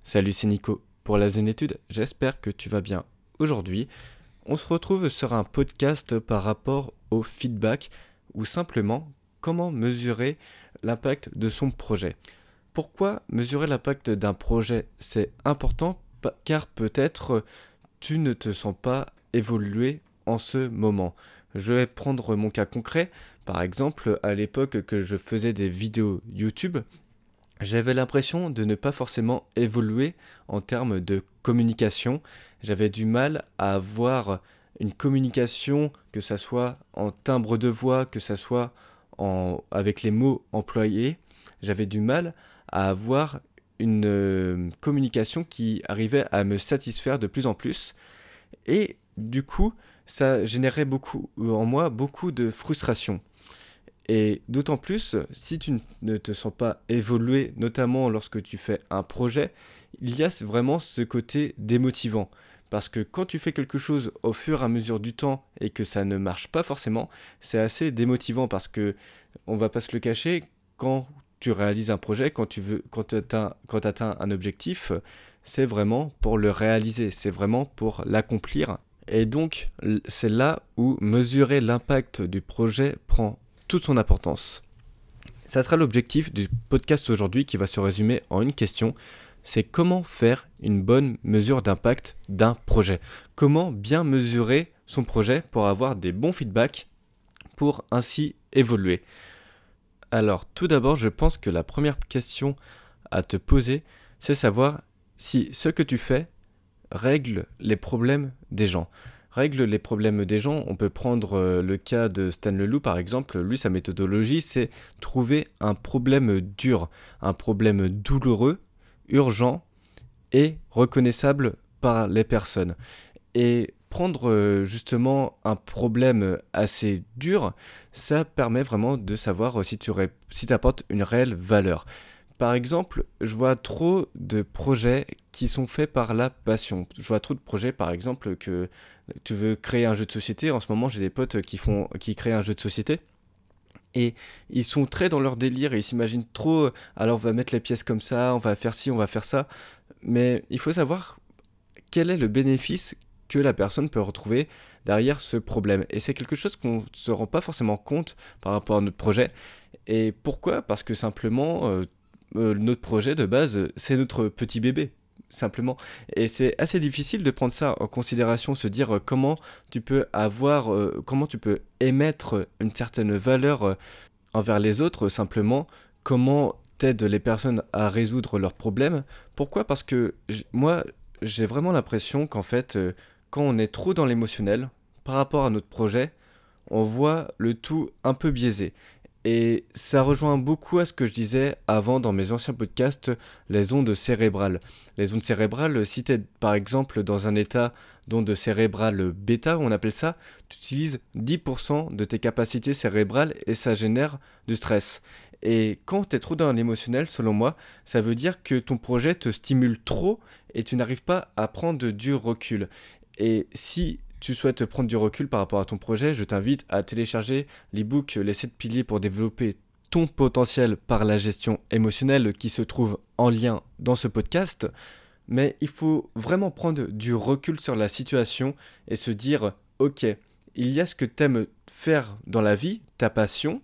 Salut, c'est Nico pour la Zénétude, j'espère que tu vas bien. Aujourd'hui, on se retrouve sur un podcast par rapport au feedback ou simplement comment mesurer l'impact de son projet. Pourquoi mesurer l'impact d'un projet? C'est important car peut-être tu ne te sens pas évoluer en ce moment. Je vais prendre mon cas concret. Par exemple, à l'époque que je faisais des vidéos YouTube, j'avais l'impression de ne pas forcément évoluer en termes de communication. J'avais du mal à avoir une communication, que ça soit en timbre de voix, que ça soit avec les mots employés. J'avais du mal à avoir une communication qui arrivait à me satisfaire de plus en plus. Et du coup, ça générait en moi beaucoup de frustration. Et d'autant plus, si tu ne te sens pas évoluer, notamment lorsque tu fais un projet, il y a vraiment ce côté démotivant. Parce que quand tu fais quelque chose au fur et à mesure du temps et que ça ne marche pas forcément, c'est assez démotivant parce que, on va pas se le cacher, quand tu réalises un projet, quand tu atteins un objectif, c'est vraiment pour le réaliser, c'est vraiment pour l'accomplir. Et donc, c'est là où mesurer l'impact du projet prend toute son importance. Ça sera l'objectif du podcast aujourd'hui qui va se résumer en une question. C'est comment faire une bonne mesure d'impact d'un projet. Comment bien mesurer son projet pour avoir des bons feedbacks pour ainsi évoluer. Alors tout d'abord, je pense que la première question à te poser, c'est savoir si ce que tu fais règle les problèmes des gens. Règle les problèmes des gens, on peut prendre le cas de Stan Leloup par exemple. Lui, sa méthodologie, c'est trouver un problème dur, un problème douloureux, urgent et reconnaissable par les personnes. Et prendre justement un problème assez dur, ça permet vraiment de savoir si tu apportes une réelle valeur. Par exemple, je vois trop de projets qui sont faits par la passion. Je vois trop de projets, par exemple, que tu veux créer un jeu de société. En ce moment, j'ai des potes qui créent un jeu de société. Et ils sont très dans leur délire et ils s'imaginent trop, alors on va mettre les pièces comme ça, on va faire ci, on va faire ça. Mais il faut savoir quel est le bénéfice que la personne peut retrouver derrière ce problème. Et c'est quelque chose qu'on ne se rend pas forcément compte par rapport à notre projet. Et pourquoi? Parce que simplement, notre projet de base, c'est notre petit bébé, simplement. Et c'est assez difficile de prendre ça en considération, se dire comment tu peux émettre une certaine valeur envers les autres, simplement, comment t'aides les personnes à résoudre leurs problèmes. Pourquoi? Parce que moi, j'ai vraiment l'impression qu'en fait, quand on est trop dans l'émotionnel, par rapport à notre projet, on voit le tout un peu biaisé. Et ça rejoint beaucoup à ce que je disais avant dans mes anciens podcasts, les ondes cérébrales. Les ondes cérébrales, si tu es par exemple dans un état d'onde cérébrale bêta, on appelle ça, tu utilises 10% de tes capacités cérébrales et ça génère du stress. Et quand tu es trop dans l'émotionnel, selon moi, ça veut dire que ton projet te stimule trop et tu n'arrives pas à prendre du recul. Et si tu souhaites prendre du recul par rapport à ton projet, je t'invite à télécharger l'ebook Les 7 piliers pour développer ton potentiel par la gestion émotionnelle qui se trouve en lien dans ce podcast. Mais il faut vraiment prendre du recul sur la situation et se dire, ok, il y a ce que tu aimes faire dans la vie, ta passion,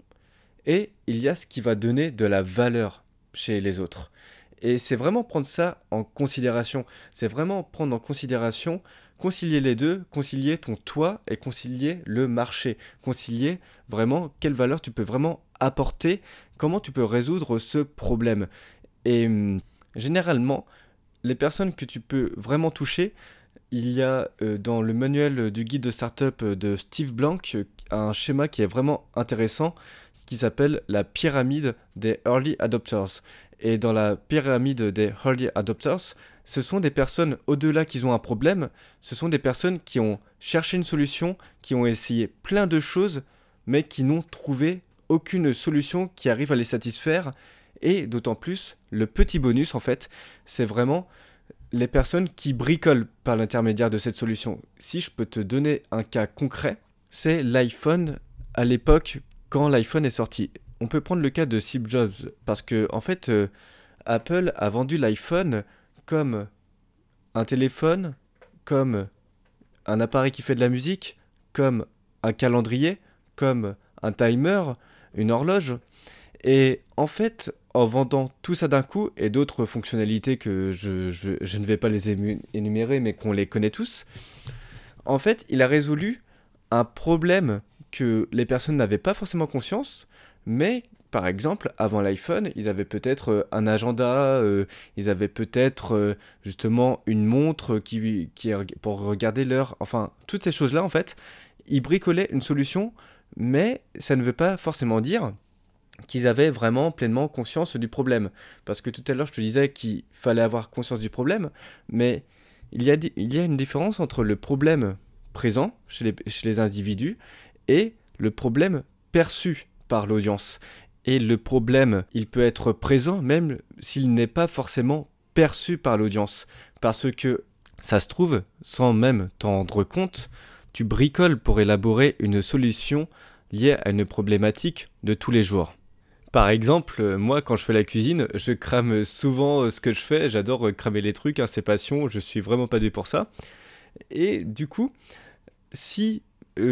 et il y a ce qui va donner de la valeur chez les autres. Et c'est vraiment prendre ça en considération. C'est vraiment prendre en considération, concilier les deux, concilier ton toi et concilier le marché. Concilier vraiment quelle valeur tu peux vraiment apporter, comment tu peux résoudre ce problème. Et généralement, les personnes que tu peux vraiment toucher, il y a dans le manuel du guide de startup de Steve Blank un schéma qui est vraiment intéressant qui s'appelle la pyramide des early adopters. Et dans la pyramide des early adopters, ce sont des personnes au-delà qu'ils ont un problème, ce sont des personnes qui ont cherché une solution, qui ont essayé plein de choses, mais qui n'ont trouvé aucune solution qui arrive à les satisfaire. Et d'autant plus, le petit bonus en fait, c'est vraiment les personnes qui bricolent par l'intermédiaire de cette solution. Si je peux te donner un cas concret, c'est l'iPhone à l'époque quand l'iPhone est sorti. On peut prendre le cas de Steve Jobs parce que en fait Apple a vendu l'iPhone comme un téléphone, comme un appareil qui fait de la musique, comme un calendrier, comme un timer, une horloge. Et en fait, en vendant tout ça d'un coup et d'autres fonctionnalités que je ne vais pas les énumérer, mais qu'on les connaît tous, en fait, il a résolu un problème que les personnes n'avaient pas forcément conscience, mais par exemple, avant l'iPhone, ils avaient peut-être un agenda, ils avaient peut-être justement une montre pour regarder l'heure, enfin, toutes ces choses-là, en fait, ils bricolaient une solution, mais ça ne veut pas forcément dire qu'ils avaient vraiment pleinement conscience du problème. Parce que tout à l'heure, je te disais qu'il fallait avoir conscience du problème, mais il y a une différence entre le problème présent chez les individus et le problème perçu par l'audience. Et le problème, il peut être présent même s'il n'est pas forcément perçu par l'audience. Parce que ça se trouve, sans même t'en rendre compte, tu bricoles pour élaborer une solution liée à une problématique de tous les jours. Par exemple, moi quand je fais la cuisine, je crame souvent ce que je fais, j'adore cramer les trucs, hein, c'est passion, je suis vraiment pas doué pour ça. Et du coup, si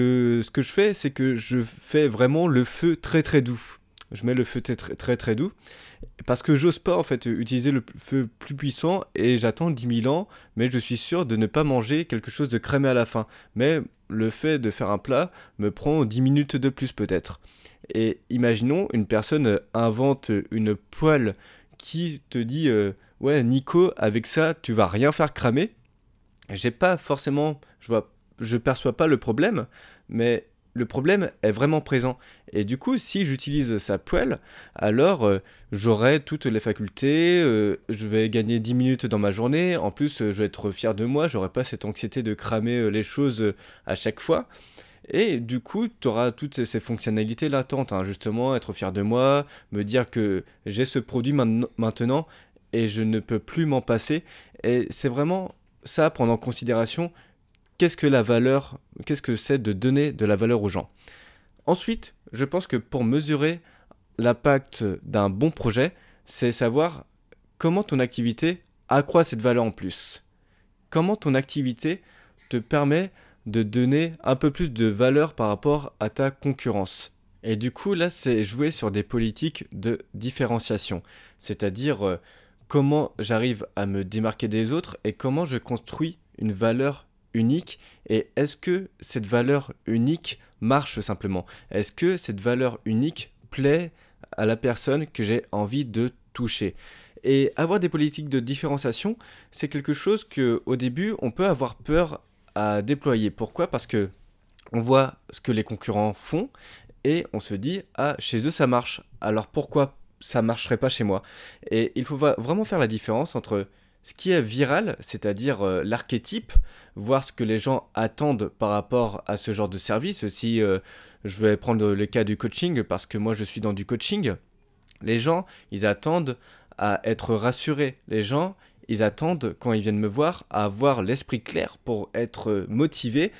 ce que je fais, c'est que je fais vraiment le feu très très doux. Je mets le feu très très doux, parce que j'ose pas en fait utiliser le feu plus puissant et j'attends 10 000 ans, mais je suis sûr de ne pas manger quelque chose de crémé à la fin. Mais le fait de faire un plat me prend 10 minutes de plus peut-être. Et imaginons, une personne invente une poêle qui te dit ouais Nico, avec ça tu vas rien faire cramer. J'ai pas forcément, je perçois pas le problème, mais le problème est vraiment présent. Et du coup, si j'utilise sa poêle, alors j'aurai toutes les facultés, je vais gagner 10 minutes dans ma journée, en plus je vais être fier de moi, j'aurai pas cette anxiété de cramer les choses à chaque fois. Et du coup, tu auras toutes ces fonctionnalités latentes, hein, justement, être fier de moi, me dire que j'ai ce produit maintenant et je ne peux plus m'en passer. Et c'est vraiment ça à prendre en considération. Qu'est-ce que c'est de donner de la valeur aux gens. Ensuite, je pense que pour mesurer l'impact d'un bon projet, c'est savoir comment ton activité accroît cette valeur en plus. Comment ton activité te permet de donner un peu plus de valeur par rapport à ta concurrence. Et du coup, là, c'est jouer sur des politiques de différenciation. C'est-à-dire comment j'arrive à me démarquer des autres et comment je construis une valeur unique. Et est-ce que cette valeur unique marche simplement? Est-ce que cette valeur unique plaît à la personne que j'ai envie de toucher? Et avoir des politiques de différenciation, c'est quelque chose que au début, on peut avoir peur à déployer. Pourquoi? Parce que on voit ce que les concurrents font et on se dit ah, chez eux ça marche. Alors pourquoi ça marcherait pas chez moi? Et il faut vraiment faire la différence entre ce qui est viral, c'est-à-dire l'archétype, voir ce que les gens attendent par rapport à ce genre de service. Si je vais prendre le cas du coaching, parce que moi je suis dans du coaching, les gens, ils attendent à être rassurés. Les gens, ils attendent, quand ils viennent me voir, à avoir l'esprit clair pour être motivés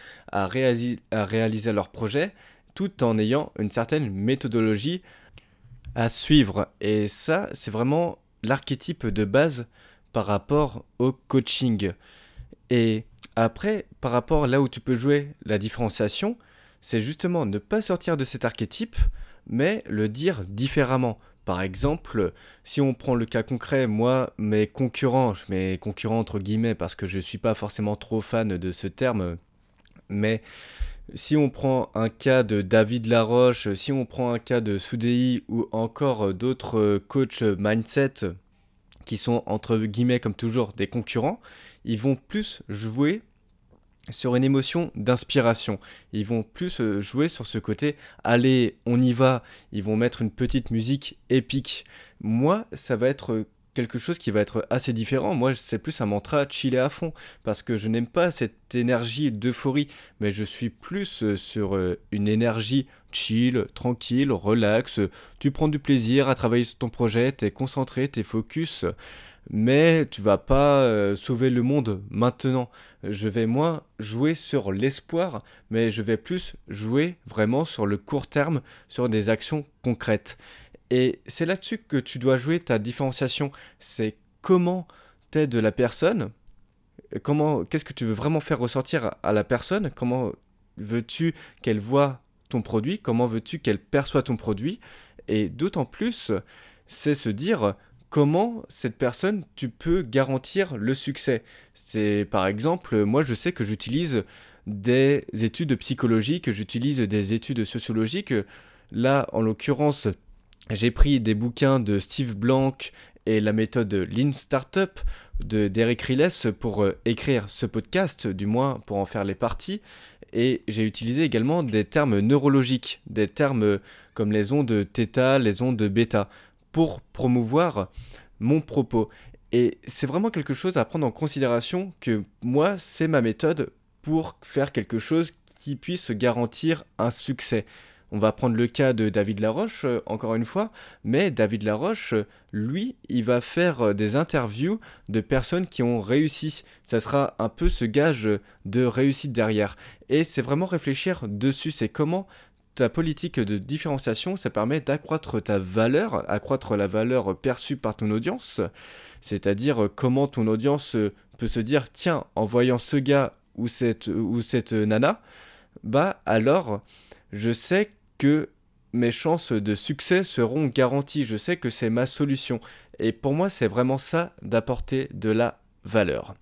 à réaliser leur projet, tout en ayant une certaine méthodologie à suivre. Et ça, c'est vraiment l'archétype de base par rapport au coaching. Et après, par rapport là où tu peux jouer la différenciation, c'est justement ne pas sortir de cet archétype, mais le dire différemment. Par exemple, si on prend le cas concret, moi, je mets concurrents entre guillemets parce que je ne suis pas forcément trop fan de ce terme, mais si on prend un cas de David Laroche, si on prend un cas de Soudei ou encore d'autres coachs mindset qui sont entre guillemets comme toujours des concurrents, ils vont plus jouer sur une émotion d'inspiration. Ils vont plus jouer sur ce côté allez, on y va. Ils vont mettre une petite musique épique. Moi, ça va être quelque chose qui va être assez différent. Moi, c'est plus un mantra chiller à fond parce que je n'aime pas cette énergie d'euphorie, mais je suis plus sur une énergie chill, tranquille, relax. Tu prends du plaisir à travailler sur ton projet, t'es concentré, t'es focus. Mais tu vas pas sauver le monde maintenant. Je vais moins jouer sur l'espoir, mais je vais plus jouer vraiment sur le court terme, sur des actions concrètes. Et c'est là-dessus que tu dois jouer ta différenciation. C'est comment t'aides la personne, qu'est-ce que tu veux vraiment faire ressortir à la personne, comment veux-tu qu'elle voit ton produit, comment veux-tu qu'elle perçoit ton produit, et d'autant plus, c'est se dire comment cette personne, tu peux garantir le succès. C'est par exemple, moi je sais que j'utilise des études psychologiques, j'utilise des études sociologiques. Là, en l'occurrence, j'ai pris des bouquins de Steve Blank et la méthode Lean Startup d'Eric Riles pour écrire ce podcast, du moins pour en faire les parties. Et j'ai utilisé également des termes neurologiques, des termes comme les ondes θ, les ondes β, pour promouvoir mon propos. Et c'est vraiment quelque chose à prendre en considération que moi, c'est ma méthode pour faire quelque chose qui puisse garantir un succès. On va prendre le cas de David Laroche, encore une fois, mais David Laroche, lui, il va faire des interviews de personnes qui ont réussi. Ça sera un peu ce gage de réussite derrière. Et c'est vraiment réfléchir dessus, c'est comment ta politique de différenciation, ça permet d'accroître ta valeur, accroître la valeur perçue par ton audience, c'est-à-dire comment ton audience peut se dire, tiens, en voyant ce gars ou cette nana, bah alors, je sais que mes chances de succès seront garanties, je sais que c'est ma solution. Et pour moi, c'est vraiment ça d'apporter de la valeur.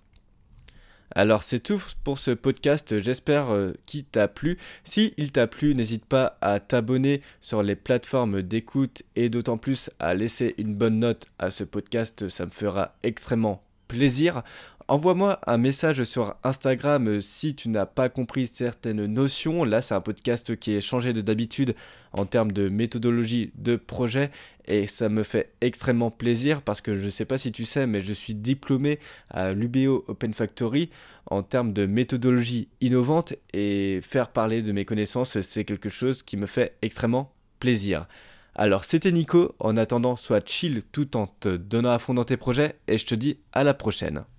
Alors c'est tout pour ce podcast, j'espère qu'il t'a plu. Si il t'a plu, n'hésite pas à t'abonner sur les plateformes d'écoute et d'autant plus à laisser une bonne note à ce podcast, ça me fera extrêmement plaisir. Envoie-moi un message sur Instagram si tu n'as pas compris certaines notions. Là, c'est un podcast qui est changé de d'habitude en termes de méthodologie de projet et ça me fait extrêmement plaisir parce que je ne sais pas si tu sais, mais je suis diplômé à l'UBO Open Factory en termes de méthodologie innovante et faire parler de mes connaissances, c'est quelque chose qui me fait extrêmement plaisir. Alors c'était Nico, en attendant sois chill tout en te donnant à fond dans tes projets et je te dis à la prochaine.